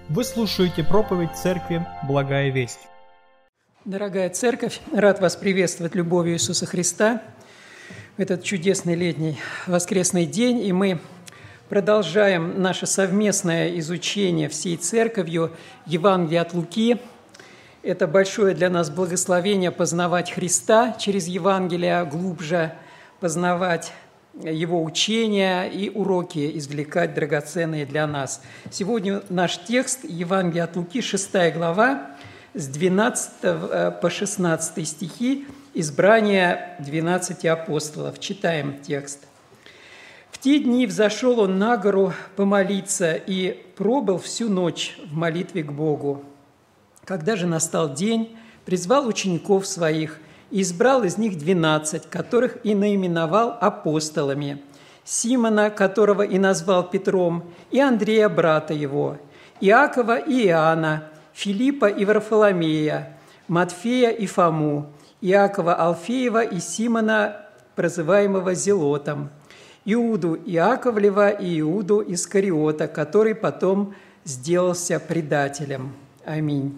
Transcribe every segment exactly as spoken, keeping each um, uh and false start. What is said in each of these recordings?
Вы слушаете проповедь Церкви «Благая весть». Дорогая Церковь, рад вас приветствовать любовью Иисуса Христа в этот чудесный летний воскресный день. И мы продолжаем наше совместное изучение всей Церковью Евангелия от Луки. Это большое для нас благословение познавать Христа через Евангелие, глубже познавать Его учения и уроки извлекать драгоценные для нас. Сегодня наш текст Евангелия от Луки, шестая глава, с двенадцатого по шестнадцатый стихи, избрание двенадцати апостолов. Читаем текст. «В те дни взошел он на гору помолиться и пробыл всю ночь в молитве к Богу. Когда же настал день, призвал учеников своих и избрал из них двенадцать, которых и наименовал апостолами: Симона, которого и назвал Петром, и Андрея, брата его, Иакова и Иоанна, Филиппа и Варфоломея, Матфея и Фому, Иакова Алфеева и Симона, прозываемого Зелотом, Иуду Иаковлева и Иуду Искариота, который потом сделался предателем». Аминь.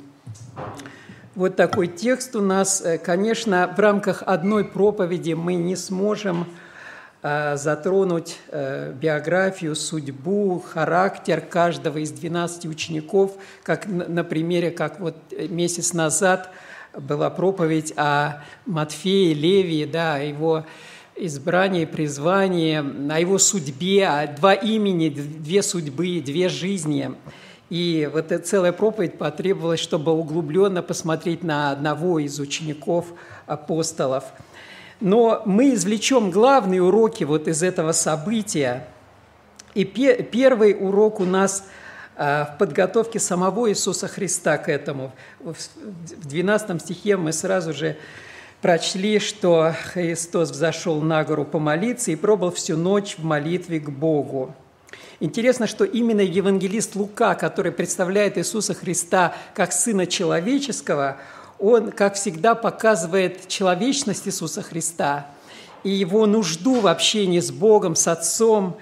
Вот такой текст у нас. Конечно, в рамках одной проповеди мы не сможем затронуть биографию, судьбу, характер каждого из двенадцати учеников, как на примере, как вот месяц назад была проповедь о Матфее, Левии, да, о его избрании, призвании, о его судьбе, о два имени, две судьбы, две жизни. И вот эта целая проповедь потребовалась, чтобы углубленно посмотреть на одного из учеников апостолов. Но мы извлечем главные уроки вот из этого события. И пе- первый урок у нас а, в подготовке самого Иисуса Христа к этому. В двенадцатом стихе мы сразу же прочли, что Христос взошел на гору помолиться и пробыл всю ночь в молитве к Богу. Интересно, что именно евангелист Лука, который представляет Иисуса Христа как Сына Человеческого, он, как всегда, показывает человечность Иисуса Христа и его нужду в общении с Богом, с Отцом.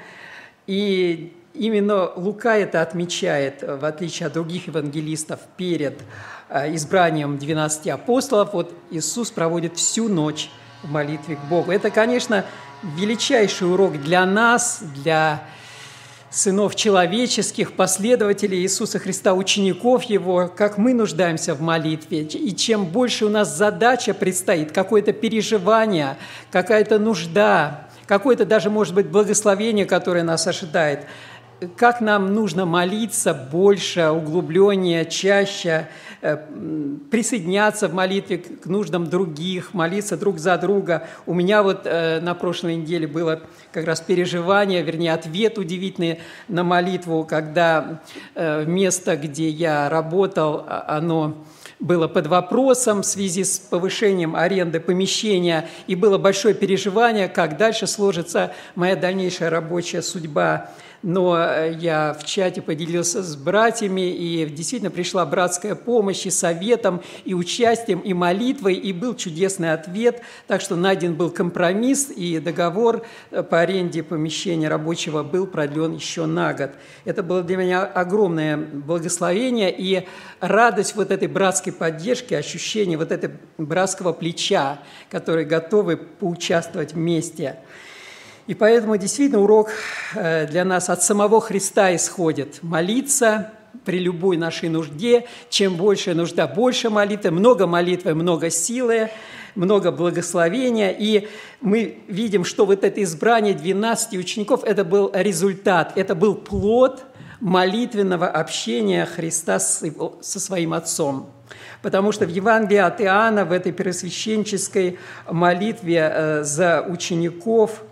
И именно Лука это отмечает, в отличие от других евангелистов, перед избранием двенадцати апостолов. Вот Иисус проводит всю ночь в молитве к Богу. Это, конечно, величайший урок для нас, для сынов человеческих, последователей Иисуса Христа, учеников Его, как мы нуждаемся в молитве. И чем больше у нас задача предстоит, какое-то переживание, какая-то нужда, какое-то даже, может быть, благословение, которое нас ожидает, как нам нужно молиться больше, углубленнее, чаще, присоединяться в молитве к нуждам других, молиться друг за друга. У меня вот на прошлой неделе было как раз переживание, вернее, ответ удивительный на молитву, когда место, где я работал, оно было под вопросом в связи с повышением аренды помещения, и было большое переживание, как дальше сложится моя дальнейшая рабочая судьба. Но я в чате поделился с братьями, и действительно пришла братская помощь и советом, и участием, и молитвой, и был чудесный ответ. Так что найден был компромисс, и договор по аренде помещения рабочего был продлен еще на год. Это было для меня огромное благословение и радость вот этой братской поддержки, ощущение вот этого братского плеча, которые готовы поучаствовать вместе. И поэтому действительно урок для нас от самого Христа исходит. Молиться при любой нашей нужде. Чем больше нужда, больше молитвы. Много молитвы, много силы, много благословения. И мы видим, что вот это избрание двенадцати учеников – это был результат, это был плод молитвенного общения Христа со своим Отцом. Потому что в Евангелии от Иоанна, в этой первосвященческой молитве за учеников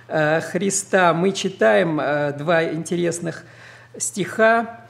Христа мы читаем два интересных стиха.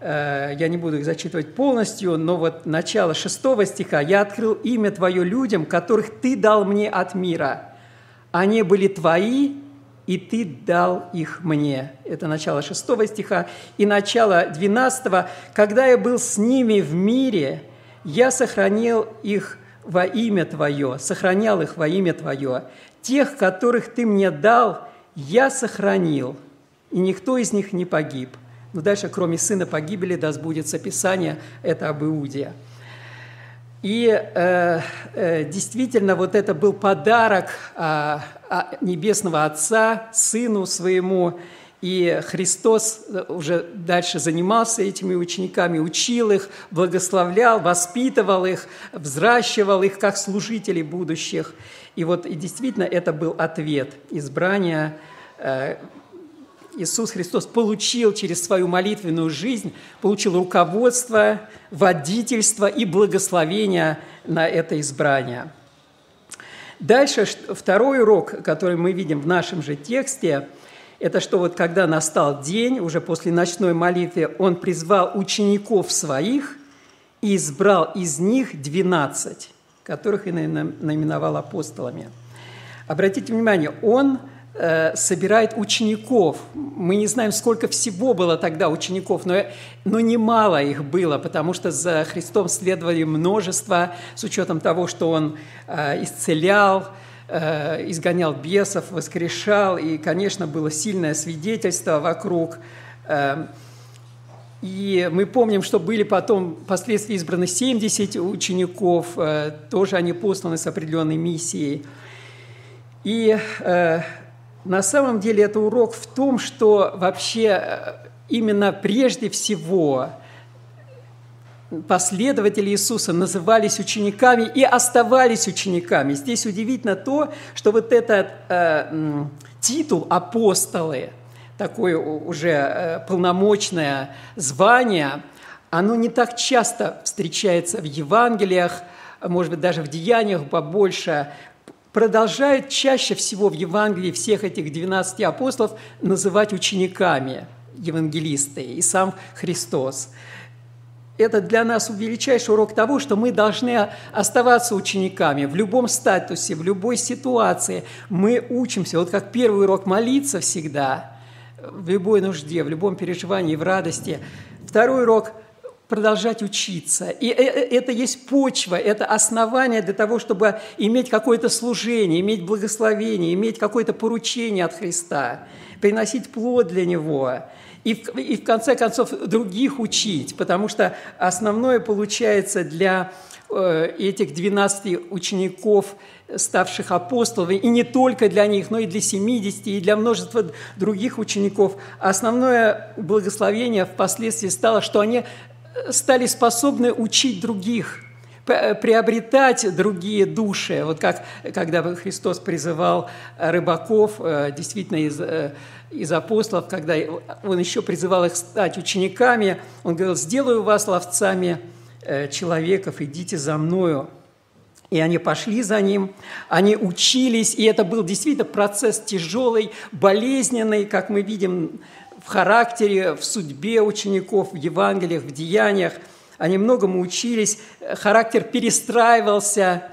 Я не буду их зачитывать полностью, но вот начало шестого стиха. «Я открыл имя Твое людям, которых Ты дал мне от мира. Они были Твои, и Ты дал их мне». Это начало шестого стиха. И начало двенадцатого. «Когда я был с ними в мире, я сохранил их во имя Твое, сохранял их во имя Твое. Тех, которых Ты мне дал, я сохранил, и никто из них не погиб, Но дальше, кроме сына погибели, да сбудется Писание, это об Иуде. И э, э, действительно, вот это был подарок э, Небесного Отца Сыну Своему, и Христос уже дальше занимался этими учениками, учил их, благословлял, воспитывал их, взращивал их как служителей будущих. И вот и действительно это был ответ избрания. Иисус Христос получил через свою молитвенную жизнь, получил руководство, водительство и благословение на это избрание. Дальше второй урок, который мы видим в нашем же тексте, это что вот когда настал день, уже после ночной молитвы, Он призвал учеников своих и избрал из них двенадцать, которых и наименовал апостолами. Обратите внимание, Он э, собирает учеников. Мы не знаем, сколько всего было тогда учеников, но, но немало их было, потому что за Христом следовали множество, с учетом того, что Он э, исцелял, изгонял бесов, воскрешал, и, конечно, было сильное свидетельство вокруг. И мы помним, что были потом впоследствии избраны семьдесят учеников, тоже они посланы с определенной миссией. И на самом деле это урок в том, что вообще именно прежде всего последователи Иисуса назывались учениками и оставались учениками. Здесь удивительно то, что вот этот э, титул «апостолы», такое уже э, полномочное звание, оно не так часто встречается в Евангелиях, может быть, даже в Деяниях побольше. Продолжают чаще всего в Евангелии всех этих двенадцати апостолов называть учениками евангелисты и сам Христос. Это для нас величайший урок того, что мы должны оставаться учениками в любом статусе, в любой ситуации. Мы учимся, вот как первый урок молиться всегда, в любой нужде, в любом переживании, в радости. Второй урок – продолжать учиться. И это есть почва, это основание для того, чтобы иметь какое-то служение, иметь благословение, иметь какое-то поручение от Христа, приносить плод для Него. И в, и в конце концов других учить, потому что основное получается для э, этих двенадцати учеников, ставших апостолами, и не только для них, но и для семидесяти, и для множества других учеников. Основное благословение впоследствии стало, что они стали способны учить других, приобретать другие души. Вот как когда Христос призывал рыбаков, действительно из, из апостолов, когда Он еще призывал их стать учениками, Он говорил: «Сделаю вас ловцами человеков, идите за Мною». И они пошли за Ним, они учились, и это был действительно процесс тяжелый, болезненный, как мы видим в характере, в судьбе учеников, в Евангелиях, в Деяниях. Они многому учились, характер перестраивался,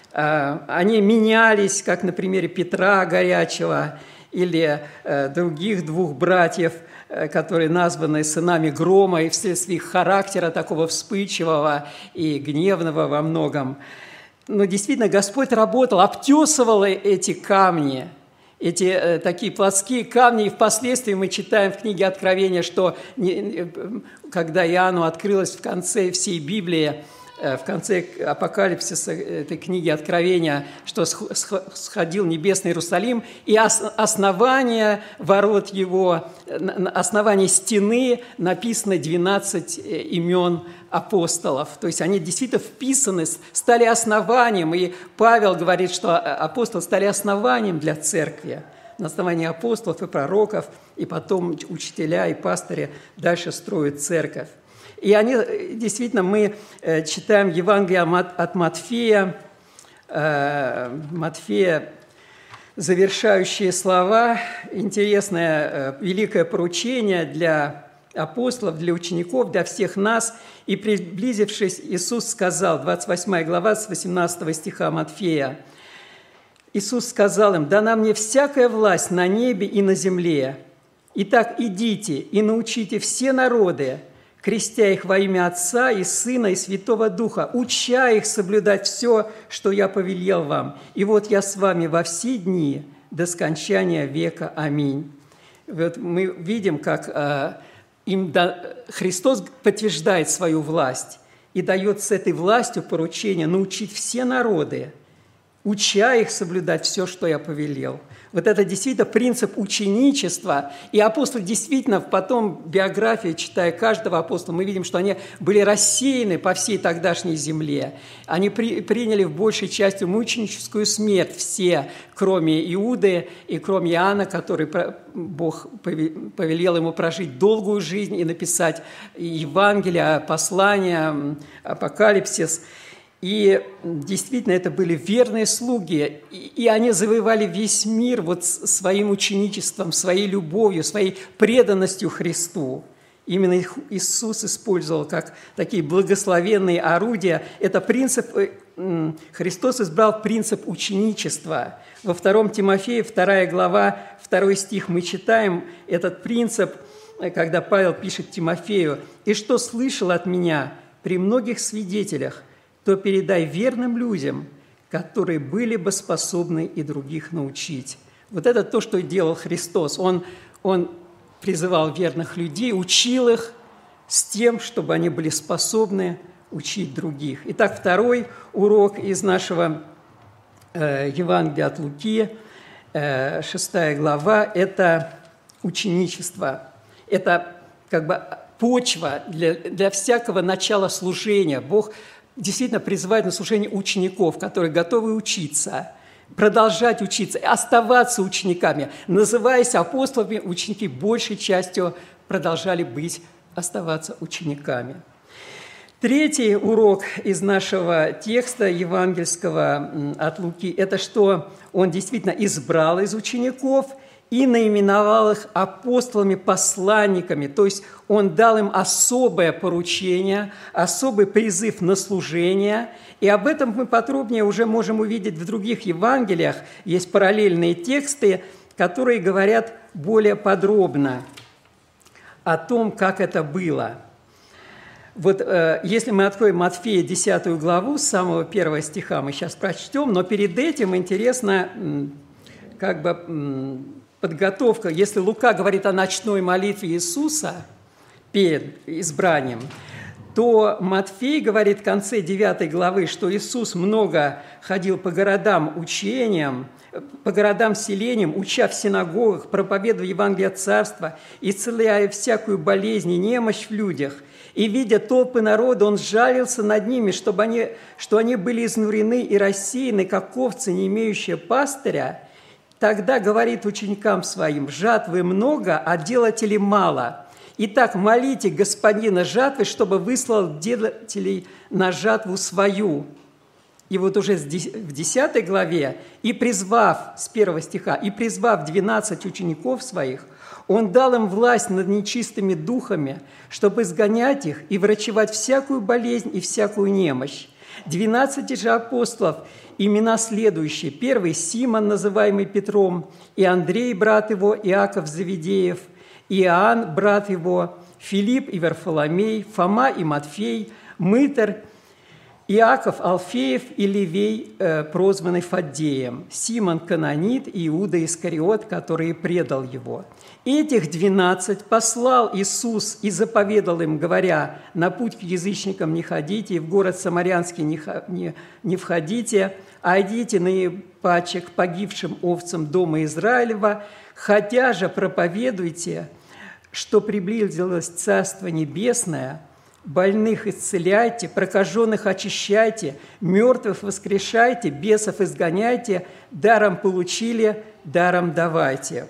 они менялись, как на примере Петра Горячего или других двух братьев, которые названы сынами грома, и вследствие их характера такого вспыльчивого и гневного во многом. Но действительно Господь работал, обтесывал эти камни, эти э, такие плоские камни, и впоследствии мы читаем в книге Откровения, что не, когда Иоанну открылось в конце всей Библии, э, в конце апокалипсиса этой книги Откровения, что сходил небесный Иерусалим, и ос, основание ворот его, основание стены написано двенадцать имен апостолов. То есть они действительно вписаны, стали основанием. И Павел говорит, что апостолы стали основанием для церкви. На основании апостолов и пророков, и потом учителя и пастыри дальше строят церковь. И они, действительно, мы читаем Евангелие от Матфея, Матфея, завершающие слова, интересное великое поручение для апостолов, для учеников, для всех нас. И, приблизившись, Иисус сказал, двадцать восьмая глава, с восемнадцатого стиха Матфея, Иисус сказал им: «Дана мне всякая власть на небе и на земле. Итак, идите и научите все народы, крестя их во имя Отца и Сына и Святого Духа, уча их соблюдать все, что я повелел вам. И вот я с вами во все дни до скончания века. Аминь». Вот мы видим, как им да, Христос подтверждает свою власть и дает с этой властью поручение научить все народы, уча их соблюдать все, что я повелел. Вот это действительно принцип ученичества. И апостолы действительно, потом биографии, читая каждого апостола, мы видим, что они были рассеяны по всей тогдашней земле. Они при, приняли в большей части мученическую смерть все, кроме Иуды и кроме Иоанна, который Бог повелел ему прожить долгую жизнь и написать Евангелие, послания, апокалипсис. И действительно, это были верные слуги, и они завоевали весь мир вот своим ученичеством, своей любовью, своей преданностью Христу. Именно их Иисус использовал как такие благословенные орудия. Это принцип, Христос избрал принцип ученичества. Во втором Тимофея, вторая глава, второй стих мы читаем этот принцип, когда Павел пишет Тимофею: «И что слышал от меня при многих свидетелях, то передай верным людям, которые были бы способны и других научить». Вот это то, что делал Христос. Он, он призывал верных людей, учил их с тем, чтобы они были способны учить других. Итак, второй урок из нашего э, Евангелия от Луки, э, шестая глава, это ученичество. Это как бы почва для, для всякого начала служения. Бог действительно призывает на служение учеников, которые готовы учиться, продолжать учиться, оставаться учениками. Называясь апостолами, ученики большей частью продолжали быть, оставаться учениками. Третий урок из нашего текста евангельского от Луки – это что он действительно избрал из учеников и наименовал их апостолами-посланниками, то есть он дал им особое поручение, особый призыв на служение, и об этом мы подробнее уже можем увидеть в других Евангелиях. Есть параллельные тексты, которые говорят более подробно о том, как это было. Вот э, если мы откроем Матфея десятую главу, с самого первого стиха мы сейчас прочтем, но перед этим интересно как бы подготовка. Если Лука говорит о ночной молитве Иисуса перед избранием, то Матфей говорит в конце девятой главы, что Иисус много ходил по городам учением, по городам селениям, уча в синагогах, проповедуя Евангелие Царства, исцеляя всякую болезнь и немощь в людях. И, видя толпы народа, он сжалился над ними, чтобы они, что они были изнурены и рассеяны, как овцы, не имеющие пастыря. Тогда говорит ученикам своим: жатвы много, а делателей мало. Итак, молите господина жатвы, чтобы выслал делателей на жатву свою. И вот уже в десятой главе, и призвав, с первого стиха, и призвав двенадцать учеников своих, он дал им власть над нечистыми духами, чтобы изгонять их и врачевать всякую болезнь и всякую немощь. Двенадцати же апостолов имена следующие. Первый – Симон, называемый Петром, и Андрей, брат его, Иаков Завидеев, Иоанн, брат его, Филипп и Варфоломей, Фома и Матфей, Мытарь, Иаков Алфеев и Левей, э, прозванный Фаддеем, Симон Канонит и Иуда Искариот, который предал его. Этих двенадцать послал Иисус и заповедал им, говоря: на путь к язычникам не ходите, и в город Самарянский не, не, не входите, а идите наипаче к погибшим овцам дома Израилева, хотя же проповедуйте, что приблизилось Царство Небесное, больных исцеляйте, прокаженных очищайте, мертвых воскрешайте, бесов изгоняйте, даром получили, даром давайте».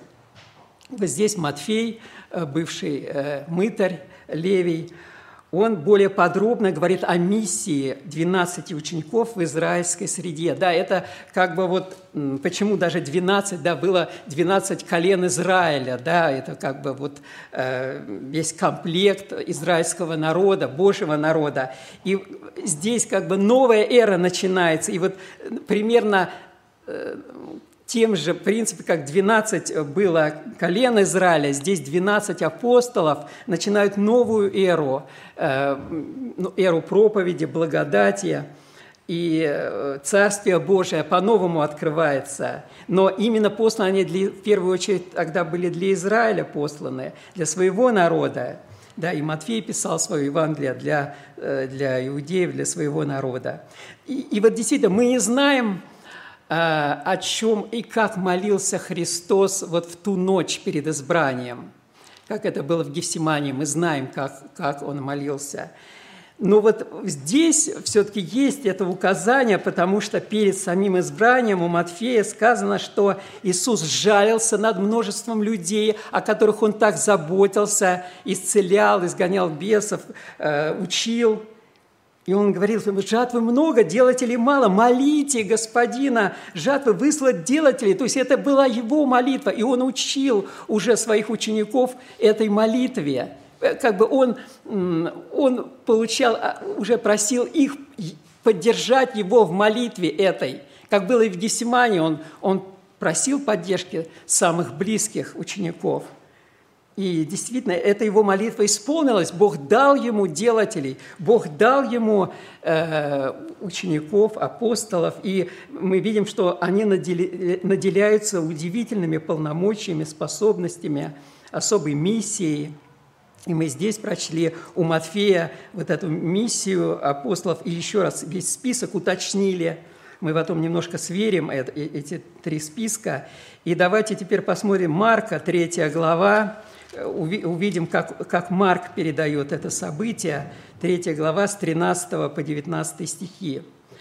Вот здесь Матфей, бывший мытарь, Левий, он более подробно говорит о миссии двенадцати учеников в израильской среде. Да, это как бы вот, почему даже двенадцать, да, было двенадцать колен Израиля, да, это как бы вот э, весь комплект израильского народа, Божьего народа. И здесь как бы новая эра начинается, и вот примерно э, тем же принципе, как двенадцать было колен Израиля, здесь двенадцать апостолов начинают новую эру, э, эру проповеди, благодати, и Царствие Божие по-новому открывается. Но именно посланы они, для, в первую очередь, тогда были для Израиля посланы, для своего народа. Да, и Матфей писал свое Евангелие для, для иудеев, для своего народа. И, и вот действительно мы не знаем, о чем и как молился Христос вот в ту ночь перед избранием. Как это было в Гефсимании, мы знаем, как, как он молился. Но вот здесь все-таки есть это указание, потому что перед самим избранием у Матфея сказано, что Иисус жалился над множеством людей, о которых Он так заботился, исцелял, изгонял бесов, учил. И Он говорил: жатвы много, делателей мало, молите Господина жатвы выслать делателей. То есть это была Его молитва, и Он учил уже своих учеников этой молитве. Как бы он, он получал, уже просил их поддержать его в молитве этой. Как было и в Гефсимании, он, он просил поддержки самых близких учеников. И действительно, эта его молитва исполнилась. Бог дал ему делателей, Бог дал ему э, учеников, апостолов. И мы видим, что они наделяются удивительными полномочиями, способностями, особой миссией. И мы здесь прочли у Матфея вот эту миссию апостолов, и еще раз весь список уточнили. Мы потом немножко сверим эти три списка. И давайте теперь посмотрим Марка, третья глава, увидим, как, как Марк передает это событие. третья глава с тринадцатого по девятнадцатый стихи.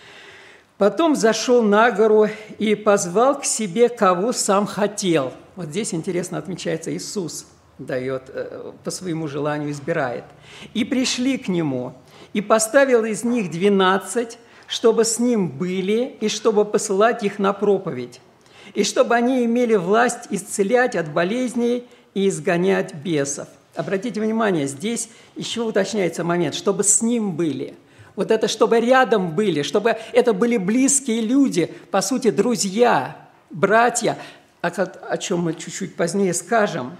«Потом зашел на гору и позвал к себе, кого сам хотел». Вот здесь интересно отмечается Иисус. Дает, по своему желанию избирает. «И пришли к Нему, и поставил из них двенадцать, чтобы с Ним были, и чтобы посылать их на проповедь, и чтобы они имели власть исцелять от болезней и изгонять бесов». Обратите внимание, здесь еще уточняется момент, чтобы с Ним были. Вот это, чтобы рядом были, чтобы это были близкие люди, по сути, друзья, братья, о, о чем мы чуть-чуть позднее скажем.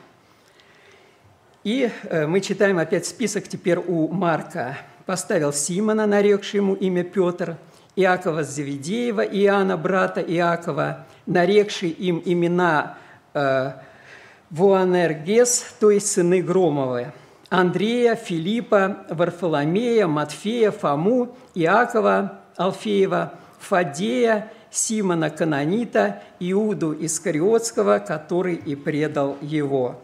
И мы читаем опять список теперь у Марка. «Поставил Симона, нарекший ему имя Петр, Иакова Завидеева, Иоанна, брата Иакова, нарекший им имена э, Воанергес, то есть сыны Громовы, Андрея, Филиппа, Варфоломея, Матфея, Фому, Иакова, Алфеева, Фадея, Симона Канонита, Иуду Искариотского, который и предал его».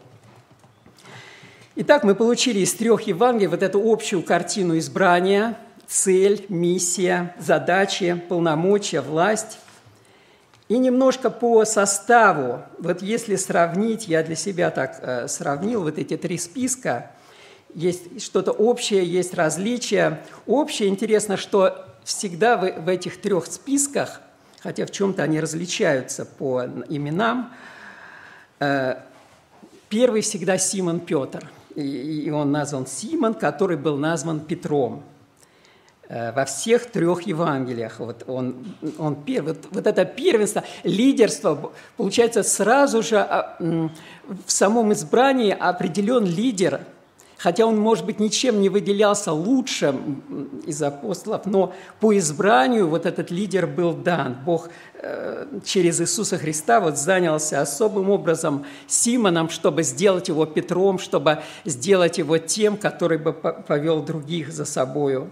Итак, мы получили из трех Евангелий вот эту общую картину избрания: цель, миссия, задачи, полномочия, власть. И немножко по составу, вот если сравнить, я для себя так э, сравнил вот эти три списка, есть что-то общее, есть различия. Общее, интересно, что всегда в, в этих трех списках, хотя в чем-то они различаются по именам, э, первый всегда Симон Петр. И он назван Симон, который был назван Петром. Во всех трех Евангелиях вот он, он первый. Вот, вот это первенство, лидерство, получается, сразу же в самом избрании определен лидер, хотя он, может быть, ничем не выделялся лучше из апостолов, но по избранию вот этот лидер был дан. Бог э, через Иисуса Христа вот занялся особым образом Симоном, чтобы сделать его Петром, чтобы сделать его тем, который бы повел других за собою.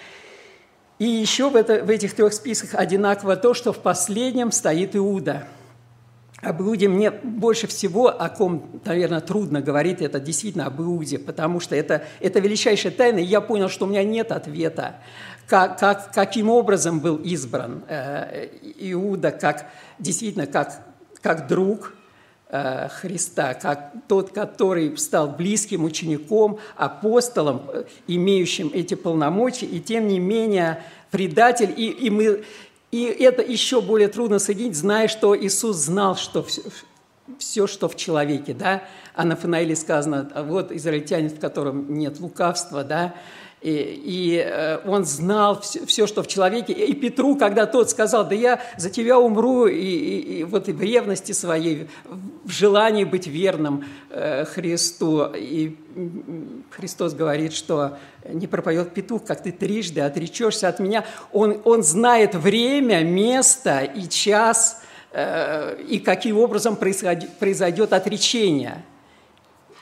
И еще в, это, в этих трех списках одинаково то, что в последнем стоит Иуда. Об Иуде мне больше всего, о ком, наверное, трудно говорить, это действительно об Иуде, потому что это, это величайшая тайна, и я понял, что у меня нет ответа, как, как, каким образом был избран э, Иуда, как, действительно как, как друг э, Христа, как тот, который стал близким учеником, апостолом, имеющим эти полномочия, и тем не менее предатель, и, и мы... И это еще более трудно соединить, зная, что Иисус знал, что все, все, что в человеке, да. А на Нафанаиле сказано: вот израильтянин, в котором нет лукавства, да. И, и он знал все, все, что в человеке. И Петру, когда тот сказал: да я за тебя умру, и, и, и вот и в ревности своей, в желании быть верным э, Христу. И Христос говорит, что не пропоет петух, как ты трижды отречешься от меня. Он, он знает время, место и час, э, и каким образом произойдет, произойдет отречение.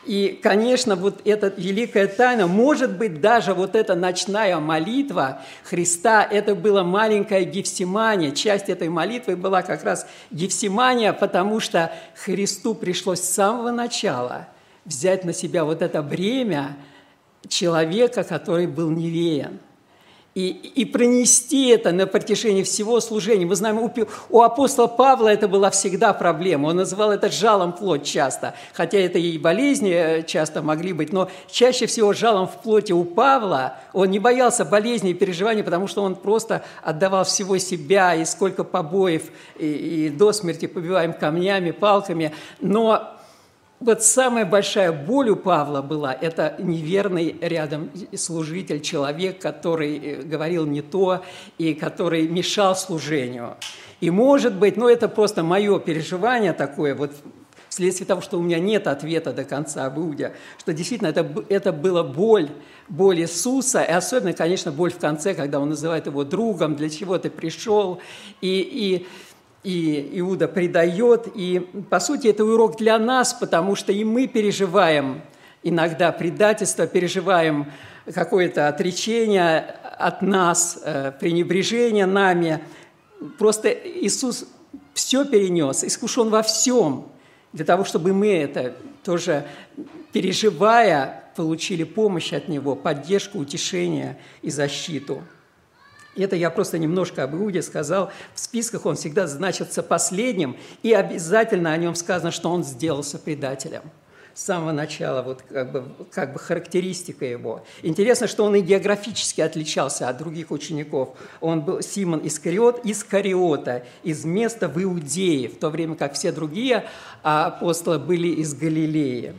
И, конечно, вот эта великая тайна, может быть, даже вот эта ночная молитва Христа, это была маленькая Гефсимания. Часть этой молитвы была как раз Гефсимания, потому что Христу пришлось с самого начала взять на себя вот это бремя человека, который был невеян. И, и пронести это на протяжении всего служения. Мы знаем, у, у апостола Павла это была всегда проблема. Он называл это жалом в плоть часто. Хотя это и болезни часто могли быть, но чаще всего жалом в плоти у Павла. Он не боялся болезней и переживаний, потому что он просто отдавал всего себя, и сколько побоев, и, и до смерти побиваем камнями, палками. Но вот самая большая боль у Павла была – это неверный рядом служитель, человек, который говорил не то и который мешал служению. И, может быть, ну, это просто мое переживание такое, вот вследствие того, что у меня нет ответа до конца об Иуде, что действительно это, это была боль, боль Иисуса, и особенно, конечно, боль в конце, когда он называет его другом, для чего ты пришел, и… и И Иуда предает, и, по сути, это урок для нас, потому что и мы переживаем иногда предательство, переживаем какое-то отречение от нас, пренебрежение нами. Просто Иисус все перенес, искушен во всем, для того, чтобы мы это тоже, переживая, получили помощь от Него, поддержку, утешение и защиту. Это я просто немножко об Иуде сказал. В списках он всегда значится последним, и обязательно о нем сказано, что он сделался предателем. С самого начала, вот как бы, как бы характеристика его. Интересно, что он и географически отличался от других учеников. Он был Симон Искариот из Кариота, из места в Иудее, в то время как все другие апостолы были из Галилеи.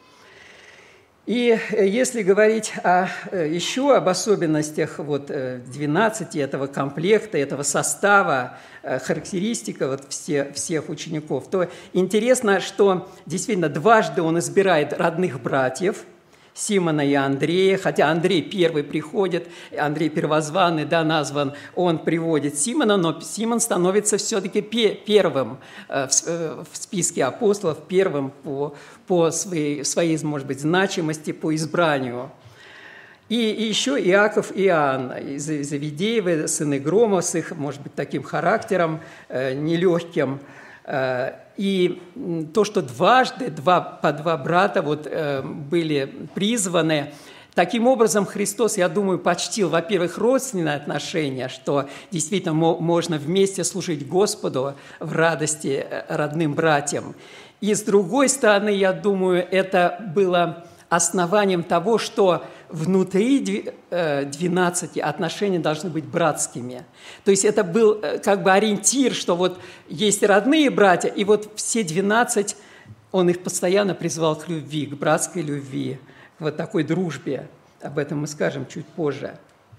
И если говорить о, еще об особенностях вот, двенадцати, этого комплекта, этого состава, характеристика вот, все, всех учеников, то интересно, что действительно дважды он избирает родных братьев, Симона и Андрея, хотя Андрей первый приходит, Андрей первозванный, да, назван, он приводит Симона, но Симон становится все-таки первым в списке апостолов, первым по, по своей, своей, может быть, значимости, по избранию. И, и еще Иаков и Иоанн из Завидеевы, сыны Грома, с их, может быть, таким характером нелегким. И то, что дважды два, по два брата вот, э, были призваны, таким образом Христос, я думаю, почтил, во-первых, родственные отношения, что действительно мо- можно вместе служить Господу в радости родным братьям. И с другой стороны, я думаю, это было основанием того, что внутри двенадцати отношения должны быть братскими. То есть это был как бы ориентир, что вот есть родные братья, и вот все двенадцать, он их постоянно призвал к любви, к братской любви, к вот такой дружбе. Об этом мы скажем чуть позже.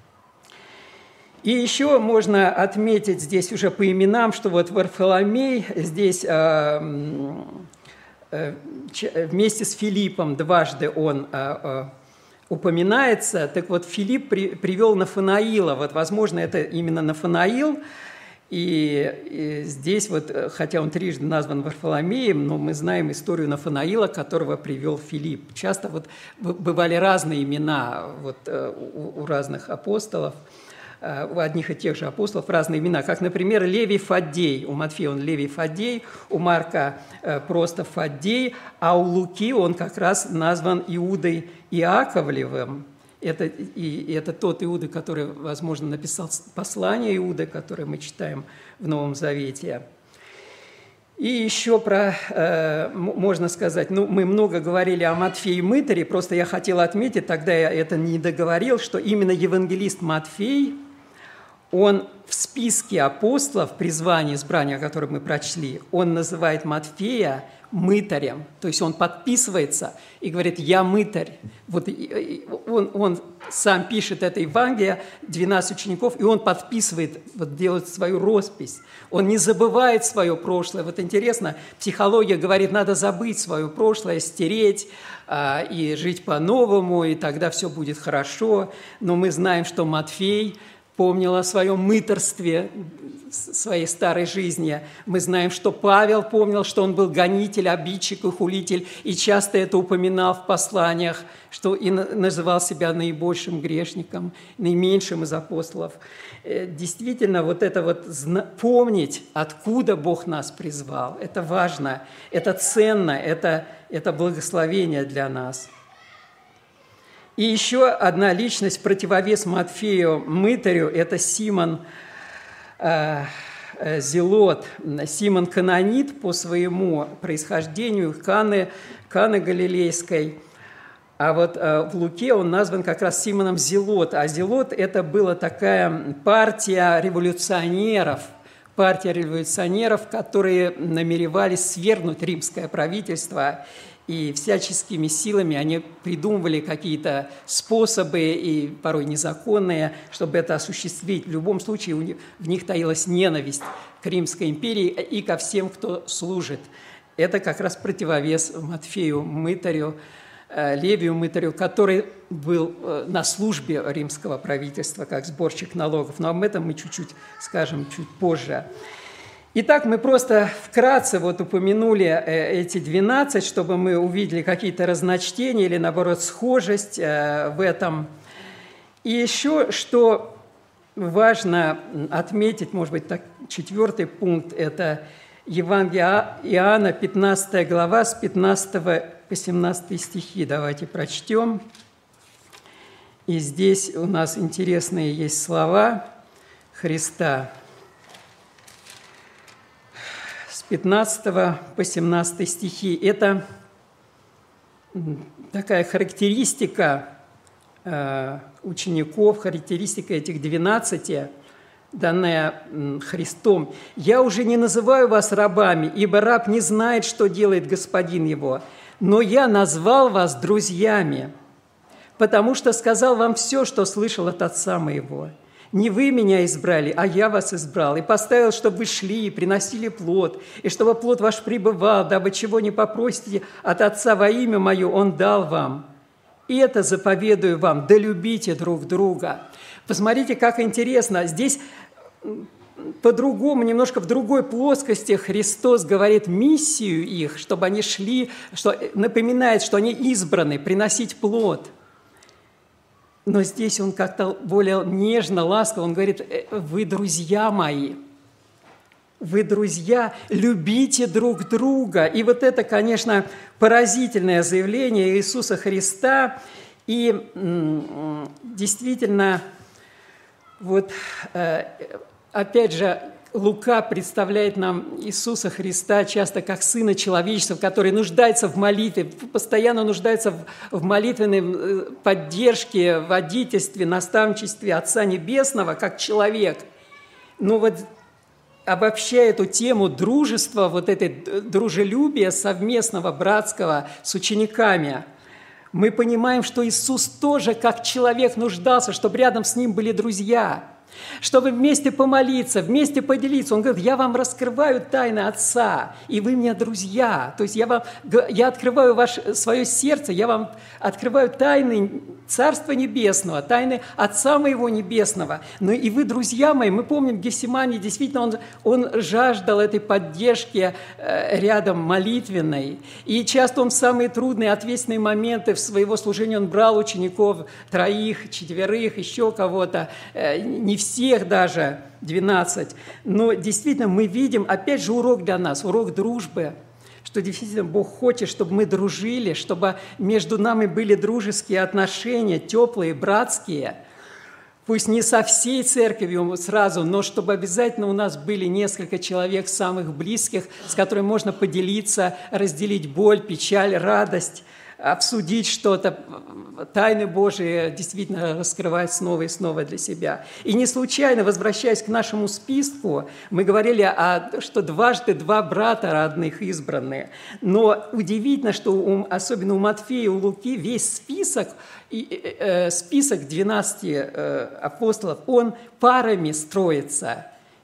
И еще можно отметить здесь уже по именам, что вот Варфоломей здесь э, э, вместе с Филиппом дважды он э, упоминается. Так вот, Филипп при, привел Нафанаила. Вот, возможно, это именно Нафанаил. И, и здесь, вот, хотя он трижды назван Варфоломеем, но мы знаем историю Нафанаила, которого привел Филипп. Часто вот бывали разные имена вот, у, у разных апостолов, у одних и тех же апостолов разные имена, как, например, Левий Фаддей. У Матфея он Левий Фаддей, у Марка просто Фаддей, а у Луки он как раз назван Иудой Иаковлевым. Это, и, это тот Иуда, который, возможно, написал послание Иуды, которое мы читаем в Новом Завете. И еще про, э, можно сказать, ну, мы много говорили о Матфее Мытаре, просто я хотел отметить, тогда я это не договорил, что именно евангелист Матфей, он в списке апостолов, призвания, избрания, которые мы прочли, он называет Матфея мытарем, то есть он подписывается и говорит: «Я мытарь». Вот он, он сам пишет это Евангелие, двенадцать учеников, и он подписывает, вот делает свою роспись. Он не забывает свое прошлое. Вот интересно, психология говорит, надо забыть свое прошлое, стереть а, и жить по-новому, и тогда все будет хорошо. Но мы знаем, что Матфей помнил о своем мытарстве, своей старой жизни. Мы знаем, что Павел помнил, что он был гонитель, обидчик и хулитель, и часто это упоминал в посланиях, что и называл себя наибольшим грешником, наименьшим из апостолов. Действительно, вот это вот помнить, откуда Бог нас призвал, это важно, это ценно, это, это благословение для нас. И еще одна личность, противовес Матфею мытарю, это Симон э, Зелот, Симон Канонит по своему происхождению, Каны, Каны Галилейской. А вот э, в Луке он назван как раз Симоном Зелот. А Зелот – это была такая партия революционеров, партия революционеров, которые намеревались свергнуть римское правительство. И всяческими силами они придумывали какие-то способы, и порой незаконные, чтобы это осуществить. В любом случае у них, в них таилась ненависть к Римской империи и ко всем, кто служит. Это как раз противовес Матфею мытарю, Левию мытарю, который был на службе римского правительства как сборщик налогов. Но об этом мы чуть-чуть скажем чуть позже. Итак, мы просто вкратце вот упомянули эти двенадцать, чтобы мы увидели какие-то разночтения или, наоборот, схожесть в этом. И еще, что важно отметить, может быть, так, четвертый пункт, это Евангелие Иоанна, пятнадцатая глава, с пятнадцатого по семнадцатый стихи. Давайте прочтем. И здесь у нас интересные есть слова Христа. С пятнадцатого по семнадцатый стихи. Это такая характеристика учеников, характеристика этих двенадцати, данная Христом. «Я уже не называю вас рабами, ибо раб не знает, что делает господин его, но я назвал вас друзьями, потому что сказал вам все, что слышал от Отца моего. Не вы меня избрали, а я вас избрал, и поставил, чтобы вы шли и приносили плод, и чтобы плод ваш пребывал, дабы чего не попросите от Отца во имя Мое, Он дал вам. И это заповедую вам, да любите друг друга». Посмотрите, как интересно. Здесь по-другому, немножко в другой плоскости Христос говорит миссию их, чтобы они шли, что напоминает, что они избраны, приносить плод. Но здесь он как-то более нежно, ласково, он говорит: вы друзья мои, вы друзья, любите друг друга. И вот это, конечно, поразительное заявление Иисуса Христа. И действительно, вот опять же, Лука представляет нам Иисуса Христа часто как Сына Человеческого, который нуждается в молитве, постоянно нуждается в, в молитвенной поддержке, водительстве, наставничестве Отца Небесного, как человек. Но вот обобщая эту тему дружества, вот этой дружелюбия совместного, братского с учениками, мы понимаем, что Иисус тоже как человек нуждался, чтобы рядом с Ним были друзья, чтобы вместе помолиться, вместе поделиться. Он говорит: я вам раскрываю тайны Отца, и вы мне друзья. То есть я, вам, я открываю ваше, свое сердце, я вам открываю тайны Царства Небесного, тайны Отца Моего Небесного. Но и вы, друзья мои, мы помним, в Гефсимании действительно он, он жаждал этой поддержки рядом молитвенной. И часто он в самые трудные, ответственные моменты в своего служения он брал учеников, троих, четверых, еще кого-то, не всех даже, двенадцать. Но действительно мы видим, опять же, урок для нас, урок дружбы, что действительно Бог хочет, чтобы мы дружили, чтобы между нами были дружеские отношения, теплые, братские. Пусть не со всей церковью сразу, но чтобы обязательно у нас были несколько человек самых близких, с которыми можно поделиться, разделить боль, печаль, радость, обсудить что-то, тайны Божии действительно раскрывать снова и снова для себя. И не случайно, возвращаясь к нашему списку, мы говорили, о, что дважды два брата родных избранные. Но удивительно, что у, особенно у Матфея и у Луки весь список, и, э, список двенадцати э, апостолов, он парами строится.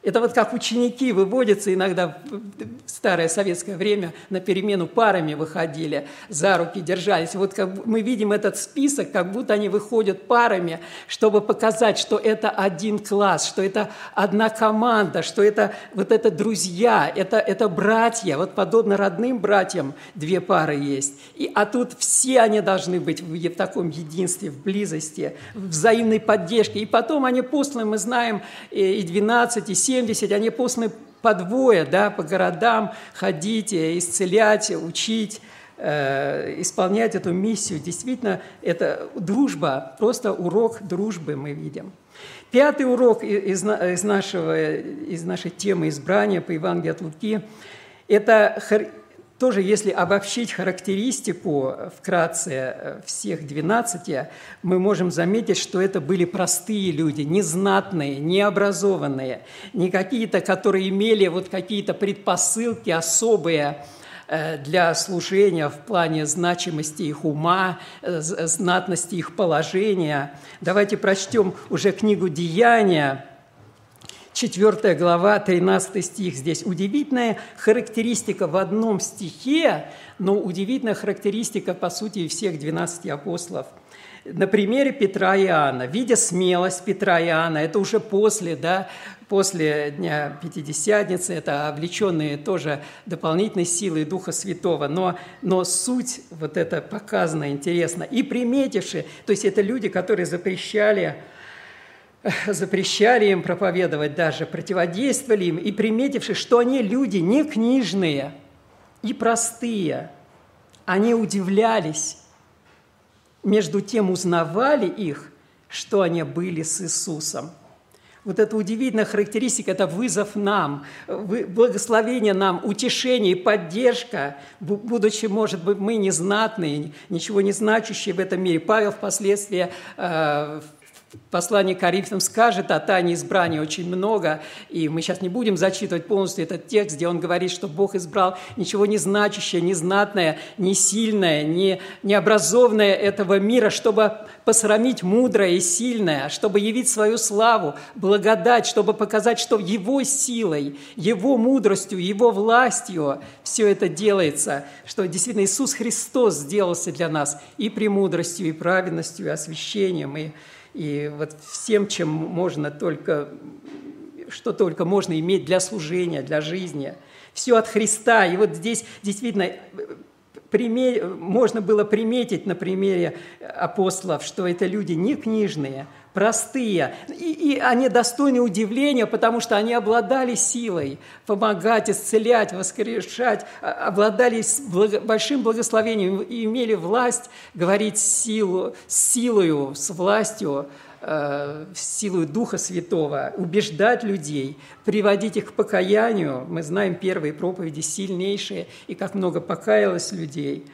Это вот как ученики выводятся иногда в старое советское время, на перемену парами выходили, за руки держались. Вот как мы видим этот список, как будто они выходят парами, чтобы показать, что это один класс, что это одна команда, что это вот это друзья, это, это братья. Вот подобно родным братьям две пары есть. И, а тут все они должны быть в, в таком единстве, в близости, в взаимной поддержке. И потом они посланы, мы знаем, и двенадцать, и семьдесят, они посланы по двое, да, по городам ходить, исцелять, учить, э, исполнять эту миссию. Действительно, это дружба, просто урок дружбы мы видим. Пятый урок из, из, нашего, из нашей темы избрания по Евангелию от Луки – это тоже, если обобщить характеристику вкратце всех двенадцати, мы можем заметить, что это были простые люди, незнатные, необразованные, не какие-то, которые имели вот какие-то предпосылки особые для служения в плане значимости их ума, знатности их положения. Давайте прочтем уже книгу «Деяния», четвёртая глава, тринадцатый стих. Здесь удивительная характеристика в одном стихе, но удивительная характеристика, по сути, и всех двенадцати апостолов. На примере Петра и Иоанна. Видя смелость Петра и Иоанна, это уже после, да, после Дня Пятидесятницы, это облеченные тоже дополнительной силой Духа Святого, но, но суть вот это показана интересно. И приметивши, то есть это люди, которые запрещали, запрещали им проповедовать даже, противодействовали им, и приметивши, что они люди не книжные и простые, они удивлялись, между тем узнавали их, что они были с Иисусом. Вот эта удивительная характеристика – это вызов нам, благословение нам, утешение и поддержка, будучи, может быть, мы незнатные, ничего не значащие в этом мире. Павел впоследствии э, в послании к Коринфянам скажет о тайне избрания очень много, и мы сейчас не будем зачитывать полностью этот текст, где он говорит, что Бог избрал ничего не значащее, незнатное, не сильное, не, необразованное этого мира, чтобы посрамить мудрое и сильное, чтобы явить свою славу, благодать, чтобы показать, что Его силой, Его мудростью, Его властью все это делается, что действительно Иисус Христос сделался для нас и премудростью, и праведностью, и освящением, и И вот всем, чем можно только, что только можно иметь для служения, для жизни. Все от Христа. И вот здесь действительно можно было приметить на примере апостолов, что это люди не книжные, простые. И, и они достойны удивления, потому что они обладали силой помогать, исцелять, воскрешать, обладали благо, большим благословением и имели власть говорить силу, с силою, с властью, э, силой Духа Святого, убеждать людей, приводить их к покаянию. Мы знаем первые проповеди сильнейшие, и как много покаялось людей.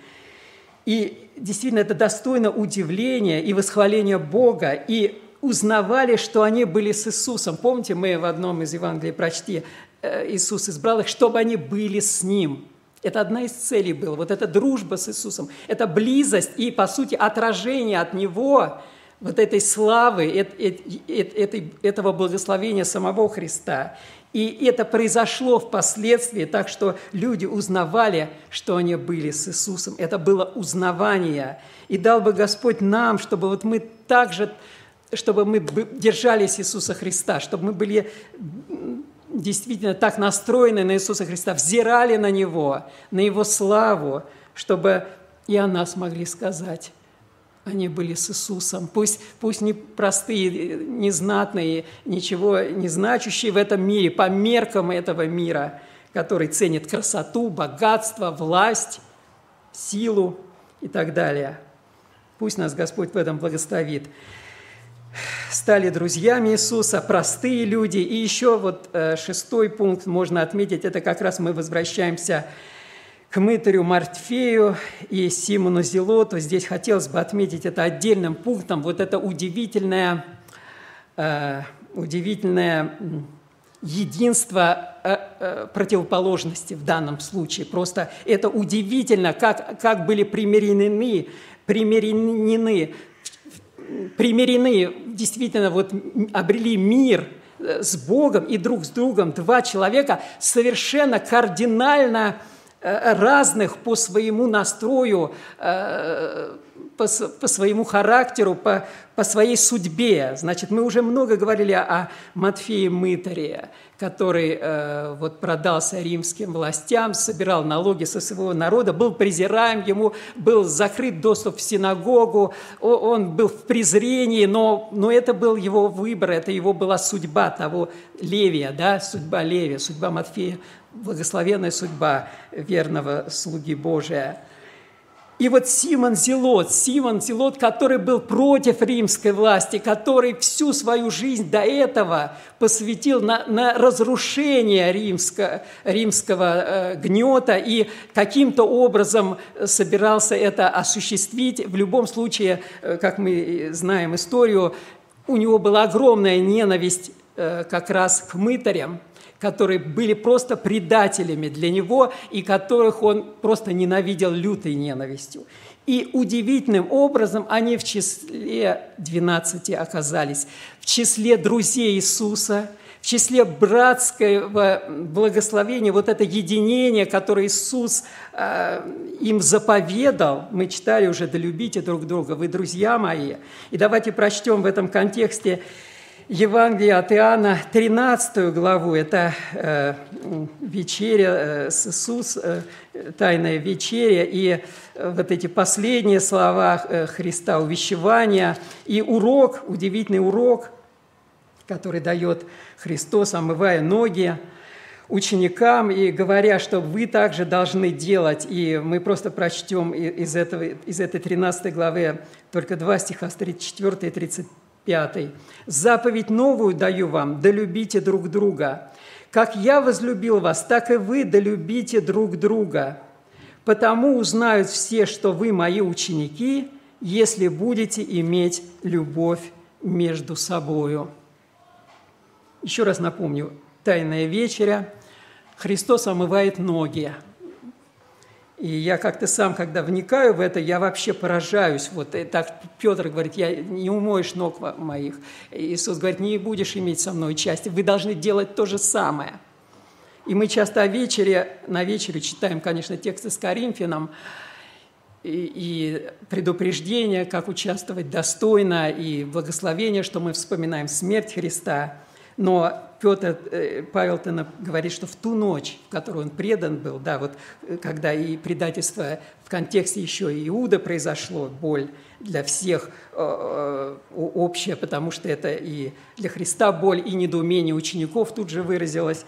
И действительно это достойно удивления и восхваления Бога, и узнавали, что они были с Иисусом. Помните, мы в одном из Евангелий прочти, Иисус избрал их, чтобы они были с Ним. Это одна из целей была, вот эта дружба с Иисусом, это близость и, по сути, отражение от Него вот этой славы, этого благословения самого Христа. И это произошло впоследствии, так что люди узнавали, что они были с Иисусом. Это было узнавание. И дал бы Господь нам, чтобы вот мы также, чтобы мы держались Иисуса Христа, чтобы мы были действительно так настроены на Иисуса Христа, взирали на Него, на Его славу, чтобы и о нас могли сказать. Они были с Иисусом. Пусть, пусть не простые, незнатные, ничего не значащие в этом мире, по меркам этого мира, который ценит красоту, богатство, власть, силу и так далее. Пусть нас Господь в этом благословит. Стали друзьями Иисуса, простые люди. И еще вот шестой пункт можно отметить, это как раз мы возвращаемся к мытарю Матфею и Симону Зелоту. Здесь хотелось бы отметить это отдельным пунктом, вот это удивительное, э, удивительное единство э, э, противоположности в данном случае. Просто это удивительно, как, как были примирены, примирены, примирены, действительно вот обрели мир с Богом и друг с другом, два человека совершенно кардинально разных по своему настрою, по, по своему характеру, по, по своей судьбе. Значит, мы уже много говорили о Матфее Мытаре, который э, вот продался римским властям, собирал налоги со своего народа, был презираем, ему был закрыт доступ в синагогу, он был в презрении, но, но это был его выбор, это его была судьба того Левия, да, судьба Левия, судьба Матфея, благословенная судьба верного слуги Божия. И вот Симон Зелот, Симон Зелот, который был против римской власти, который всю свою жизнь до этого посвятил на, на разрушение римско, римского э, гнета и каким-то образом собирался это осуществить. В любом случае, э, как мы знаем историю, у него была огромная ненависть э, как раз к мытарям, которые были просто предателями для него и которых он просто ненавидел лютой ненавистью. И удивительным образом они в числе двенадцати оказались, в числе друзей Иисуса, в числе братского благословения, вот это единение, которое Иисус э, им заповедал. Мы читали уже: «Да любите друг друга, вы друзья мои». И давайте прочтем в этом контексте Евангелие от Иоанна, тринадцатую главу, это э, вечеря э, с Иисусом, э, тайная вечеря, и э, вот эти последние слова э, Христа, увещевания, и урок, удивительный урок, который дает Христос, омывая ноги ученикам и говоря, что вы также должны делать. И мы просто прочтем из, этого, из этой тринадцатой главы только два стиха, с тридцать четвёртого и тридцать пятый. «Заповедь новую даю вам, да любите друг друга. Как я возлюбил вас, так и вы да любите друг друга. Потому узнают все, что вы мои ученики, если будете иметь любовь между собою». Еще раз напомню, тайная вечеря, Христос омывает ноги. И я как-то сам, когда вникаю в это, я вообще поражаюсь. Вот и так Петр говорит: я не умоешь ног моих. Иисус говорит: не будешь иметь со мной части, вы должны делать то же самое. И мы часто о вечере, на вечере читаем, конечно, тексты с Коринфянам, и, и предупреждение, как участвовать достойно, и благословение, что мы вспоминаем смерть Христа. Но Петр, Павел-то говорит, что в ту ночь, в которую он предан был, да, вот когда и предательство в контексте еще и Иуда произошло, боль для всех э, общая, потому что это и для Христа боль, и недоумение учеников тут же выразилось.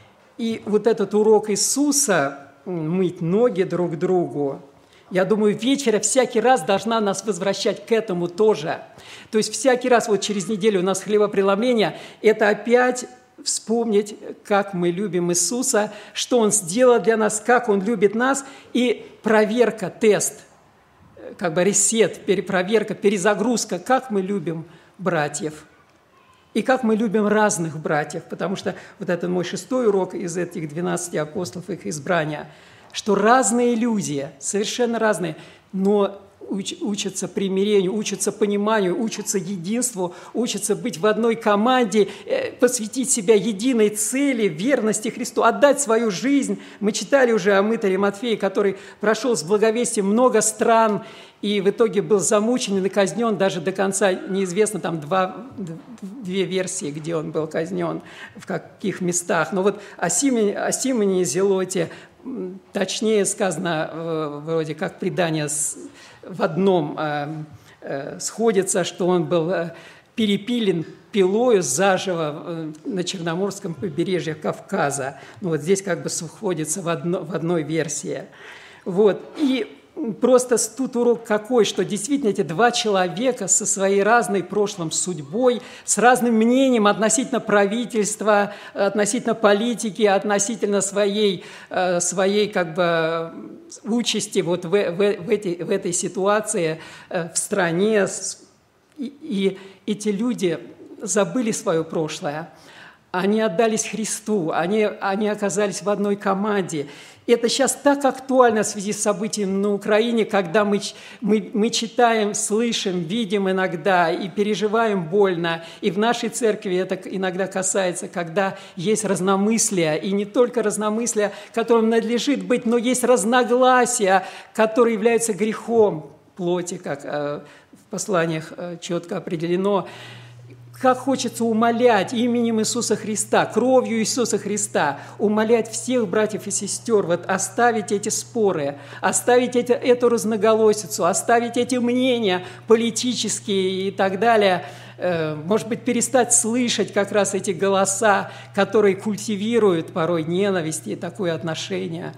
И вот этот урок Иисуса мыть ноги друг другу, я думаю, вечеря всякий раз должна нас возвращать к этому тоже. То есть всякий раз, вот через неделю у нас хлебопреломление, это опять вспомнить, как мы любим Иисуса, что Он сделал для нас, как Он любит нас, и проверка, тест, как бы ресет, перепроверка, перезагрузка, как мы любим братьев. И как мы любим разных братьев, потому что вот это мой шестой урок из этих двенадцати апостолов, их избрания, что разные люди, совершенно разные, но уч, учатся примирению, учатся пониманию, учатся единству, учатся быть в одной команде, э, посвятить себя единой цели, верности Христу, отдать свою жизнь. Мы читали уже о мытаре Матфее, который прошел с благовестием много стран и в итоге был замучен и казнен, даже до конца неизвестно, там два, две версии, где он был казнен, в каких местах. Но вот о Симоне, о Симоне Зелоте точнее сказано, вроде как предание в одном сходится, что он был перепилен пилою заживо на Черноморском побережье Кавказа. Ну, вот здесь как бы сходится в, одно, в одной версии. Вот. И просто тут урок какой, что действительно эти два человека со своей разной прошлым судьбой, с разным мнением относительно правительства, относительно политики, относительно своей, своей как бы участи вот в, в, в, этой, в этой ситуации в стране. И, и эти люди забыли свое прошлое. они отдались Христу, они, они оказались в одной команде. Это сейчас так актуально в связи с событиями на Украине, когда мы, мы, мы читаем, слышим, видим иногда и переживаем больно. И в нашей церкви это иногда касается, когда есть разномыслие, и не только разномыслие, которым надлежит быть, но есть разногласия, которые являются грехом плоти, как в посланиях четко определено. Как хочется умолять именем Иисуса Христа, кровью Иисуса Христа, умолять всех братьев и сестер, вот оставить эти споры, оставить это, эту разноголосицу, оставить эти мнения политические и так далее, может быть, перестать слышать как раз эти голоса, которые культивируют порой ненависть и такое отношение.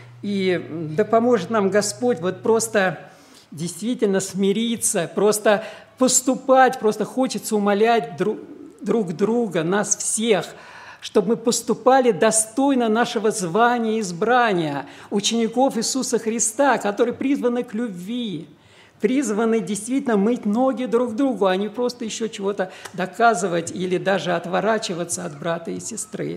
И да поможет нам Господь вот просто действительно смириться, просто поступать, просто хочется умолять друг, друг друга, нас всех, чтобы мы поступали достойно нашего звания и избрания, учеников Иисуса Христа, которые призваны к любви, призваны действительно мыть ноги друг другу, а не просто еще чего-то доказывать или даже отворачиваться от брата и сестры.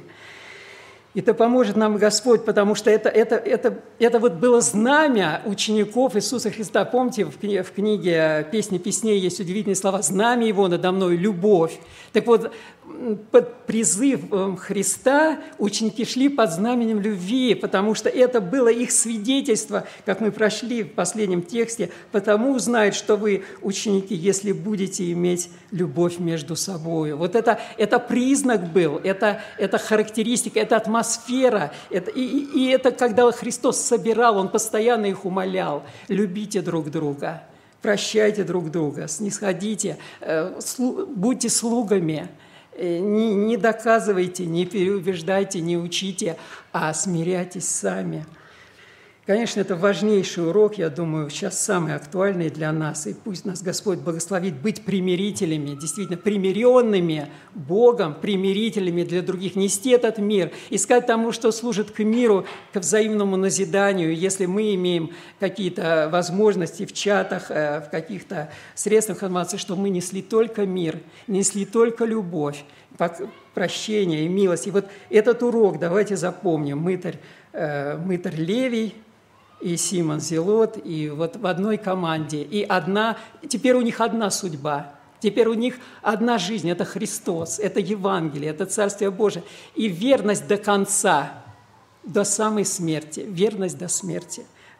И это поможет нам Господь, потому что это, это, это, это вот было знамя учеников Иисуса Христа. Помните, в книге, в книге «Песни песней» есть удивительные слова «Знамя Его надо мной – любовь». Так вот, под призыв Христа ученики шли под знаменем любви, потому что это было их свидетельство, как мы прошли в последнем тексте, «Потому узнают, что вы ученики, если будете иметь любовь между собой». Вот это, это признак был, это, это характеристика, это атмосфера. Это, и, и это когда Христос собирал, Он постоянно их умолял: любите друг друга, прощайте друг друга, снисходите, будьте слугами. Не, не доказывайте, не переубеждайте, не учите, а смиряйтесь сами. Конечно, это важнейший урок, я думаю, сейчас самый актуальный для нас. И пусть нас Господь благословит быть примирителями, действительно примиренными Богом, примирителями для других, нести этот мир, искать тому, что служит к миру, к взаимному назиданию. Если мы имеем какие-то возможности в чатах, в каких-то средствах информации, что мы несли только мир, несли только любовь, прощение и милость. И вот этот урок давайте запомним. Мытарь, мытарь Левий и Симон Зелот, и вот в одной команде. И одна, теперь у них одна судьба, теперь у них одна жизнь – это Христос, это Евангелие, это Царствие Божие. И верность до конца, до самой смерти, верность до смерти,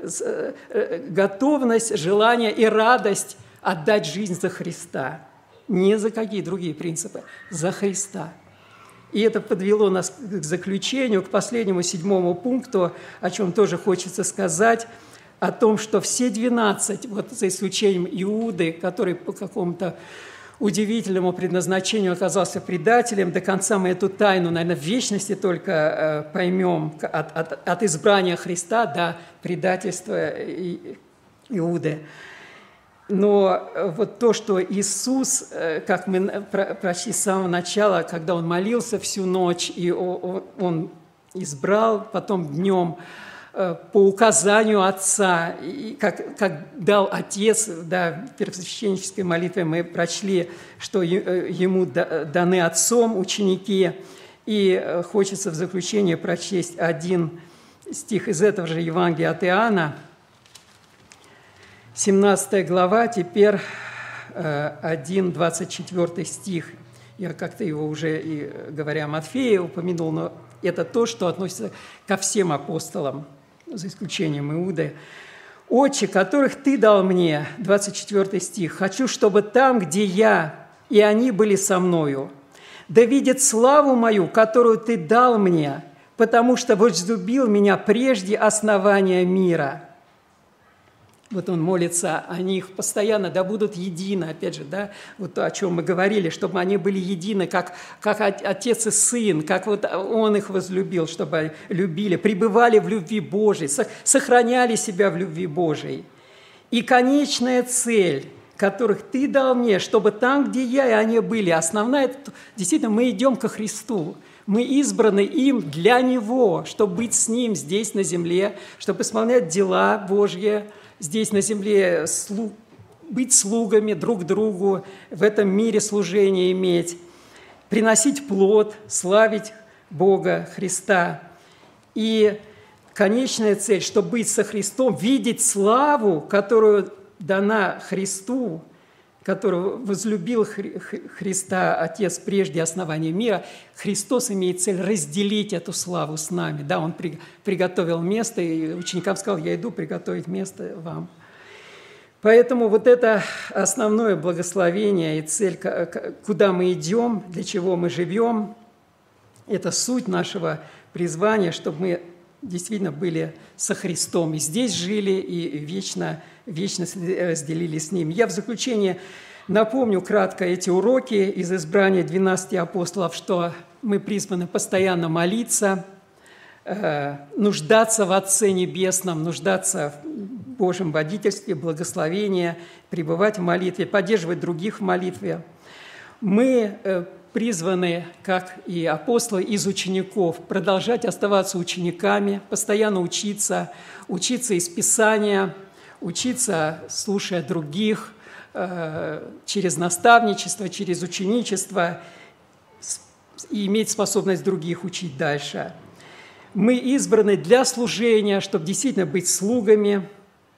готовность, желание и радость отдать жизнь за Христа. Не за какие другие принципы, за Христа. И это подвело нас к заключению, к последнему, седьмому пункту, о чем тоже хочется сказать, о том, что все двенадцать, вот за исключением Иуды, который по какому-то удивительному предназначению оказался предателем, до конца мы эту тайну, наверное, в вечности только поймем, от, от, от избрания Христа до предательства Иуды. Но вот то, что Иисус, как мы прочли с самого начала, когда Он молился всю ночь, и Он избрал потом днем по указанию Отца, и как, как дал Отец, да, в первосвященнической молитве мы прочли, что Ему даны Отцом ученики, и хочется в заключение прочесть один стих из этого же Евангелия от Иоанна, семнадцатая глава, теперь один, двадцать четвёртый стих. Я как-то его уже, и, говоря о Матфея, упомянул, но это то, что относится ко всем апостолам, за исключением Иуды. «Отче, которых Ты дал мне», двадцать четвёртый стих, «хочу, чтобы там, где я, и они были со мною, да видят славу мою, которую Ты дал мне, потому что возлюбил меня прежде основания мира». Вот он молится о них постоянно, да будут едины, опять же, да, вот то, о чем мы говорили, чтобы они были едины, как, как отец и сын, как вот он их возлюбил, чтобы любили, пребывали в любви Божией, сохраняли себя в любви Божией. И конечная цель, которых Ты дал мне, чтобы там, где я, и они были, основная, действительно, мы идем ко Христу. Мы избраны им для Него, чтобы быть с Ним здесь на земле, чтобы исполнять дела Божьи, здесь на земле, быть слугами друг другу, в этом мире служение иметь. приносить плод, славить Бога, Христа. И конечная цель, чтобы быть со Христом, видеть славу, которую дана Христу, которого возлюбил Христа Отец прежде основания мира. Христос имеет цель разделить эту славу с нами. Да, Он приготовил место, и ученикам сказал: я иду приготовить место вам. Поэтому вот это основное благословение и цель, куда мы идем, для чего мы живем, это суть нашего призвания, чтобы мы действительно были со Христом, и здесь жили, и вечно, вечно разделили с Ним. Я в заключение напомню кратко эти уроки из избрания двенадцати апостолов, что мы призваны постоянно молиться, нуждаться в Отце Небесном, нуждаться в Божьем водительстве, благословении, пребывать в молитве, поддерживать других в молитве. Мы призваны, как и апостолы, из учеников, продолжать оставаться учениками, постоянно учиться, учиться из Писания, учиться, слушая других, через наставничество, через ученичество, и иметь способность других учить дальше. Мы избраны для служения, чтобы действительно быть слугами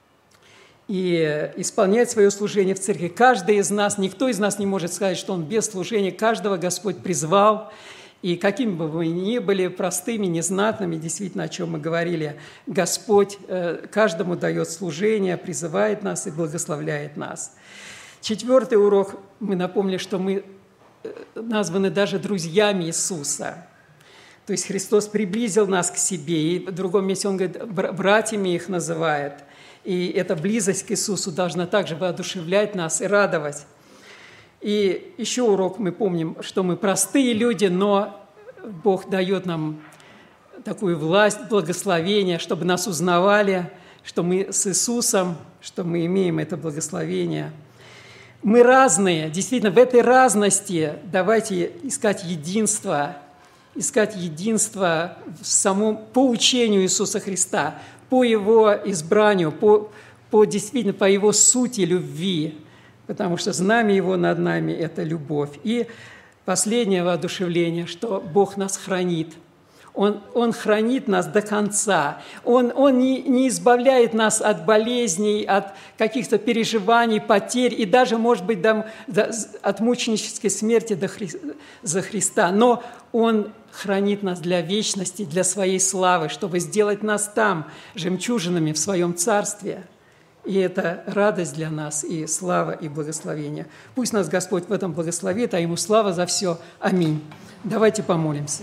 и исполнять свое служение в церкви. Каждый из нас, никто из нас не может сказать, что он без служения. Каждого Господь призвал. И какими бы мы ни были, простыми, незнатными, действительно, о чем мы говорили, Господь каждому дает служение, призывает нас и благословляет нас. Четвертый урок, мы напомнили, что мы названы даже друзьями Иисуса. То есть Христос приблизил нас к себе, и в другом месте Он говорит, братьями их называет. И эта близость к Иисусу должна также воодушевлять нас и радовать. И еще урок мы помним, что мы простые люди, но Бог дает нам такую власть, благословение, чтобы нас узнавали, что мы с Иисусом, что мы имеем это благословение. Мы разные, действительно, в этой разности давайте искать единство, искать единство в самом, по учению Иисуса Христа, по Его избранию, по, по действительно по Его сути любви, потому что знамя Его над нами – это любовь. И последнее воодушевление, что Бог нас хранит. Он, он хранит нас до конца. Он, он не, не избавляет нас от болезней, от каких-то переживаний, потерь и даже, может быть, до, до, от мученической смерти до Хри, за Христа. Но Он хранит нас для вечности, для Своей славы, чтобы сделать нас там жемчужинами в Своем Царстве. И это радость для нас, и слава, и благословение. Пусть нас Господь в этом благословит, а Ему слава за все. Аминь. Давайте помолимся.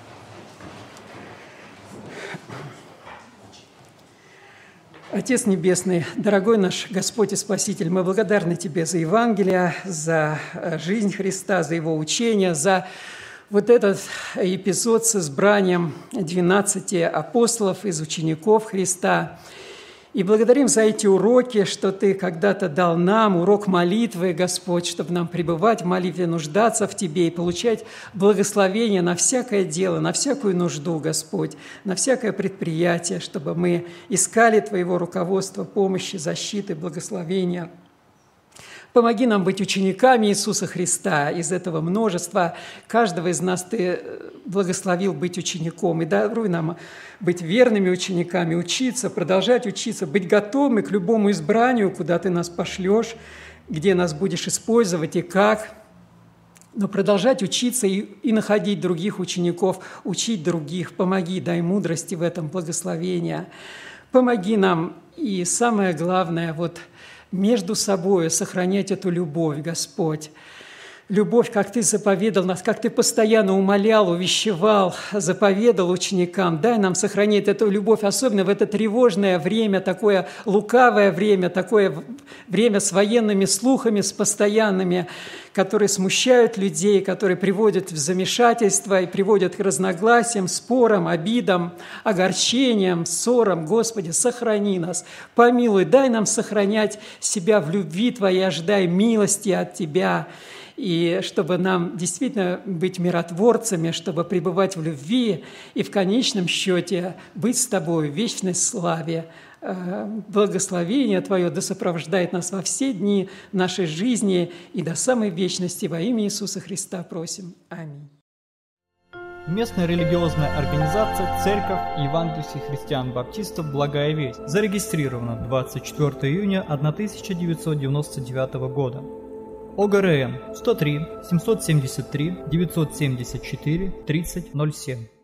Отец Небесный, дорогой наш Господь и Спаситель, мы благодарны Тебе за Евангелие, за жизнь Христа, за Его учение, за вот этот эпизод с избранием двенадцати апостолов из учеников Христа. И благодарим за эти уроки, что Ты когда-то дал нам, урок молитвы, Господь, чтобы нам пребывать в молитве, нуждаться в Тебе и получать благословение на всякое дело, на всякую нужду, Господь, на всякое предприятие, чтобы мы искали Твоего руководства, помощи, защиты, благословения. Помоги нам быть учениками Иисуса Христа. Из этого множества каждого из нас Ты благословил быть учеником. И даруй нам быть верными учениками, учиться, продолжать учиться, быть готовыми к любому избранию, куда Ты нас пошлешь, где нас будешь использовать и как. Но продолжать учиться и, и находить других учеников, учить других. Помоги, дай мудрости в этом, благословения. Помоги нам и самое главное, вот между собой сохранять эту любовь, Господь. Любовь, как Ты заповедал нас, как Ты постоянно умолял, увещевал, заповедал ученикам. Дай нам сохранить эту любовь, особенно в это тревожное время, такое лукавое время, такое время с военными слухами, с постоянными, которые смущают людей, которые приводят в замешательство и приводят к разногласиям, спорам, обидам, огорчениям, ссорам. Господи, сохрани нас, помилуй, дай нам сохранять себя в любви Твоей, ожидай милости от Тебя. и чтобы нам действительно быть миротворцами, чтобы пребывать в любви и в конечном счете быть с Тобой в вечной славе. Благословение Твое да сопровождает нас во все дни нашей жизни и до самой вечности. Во имя Иисуса Христа просим. Аминь. Местная религиозная организация «Церковь евангельских христиан-баптистов Благая Весть» зарегистрирована двадцать четвёртого июня тысяча девятьсот девяносто девятого года. О Г Р Н сто три семьсот семьдесят три девятьсот семьдесят четыре тридцать ноль семь.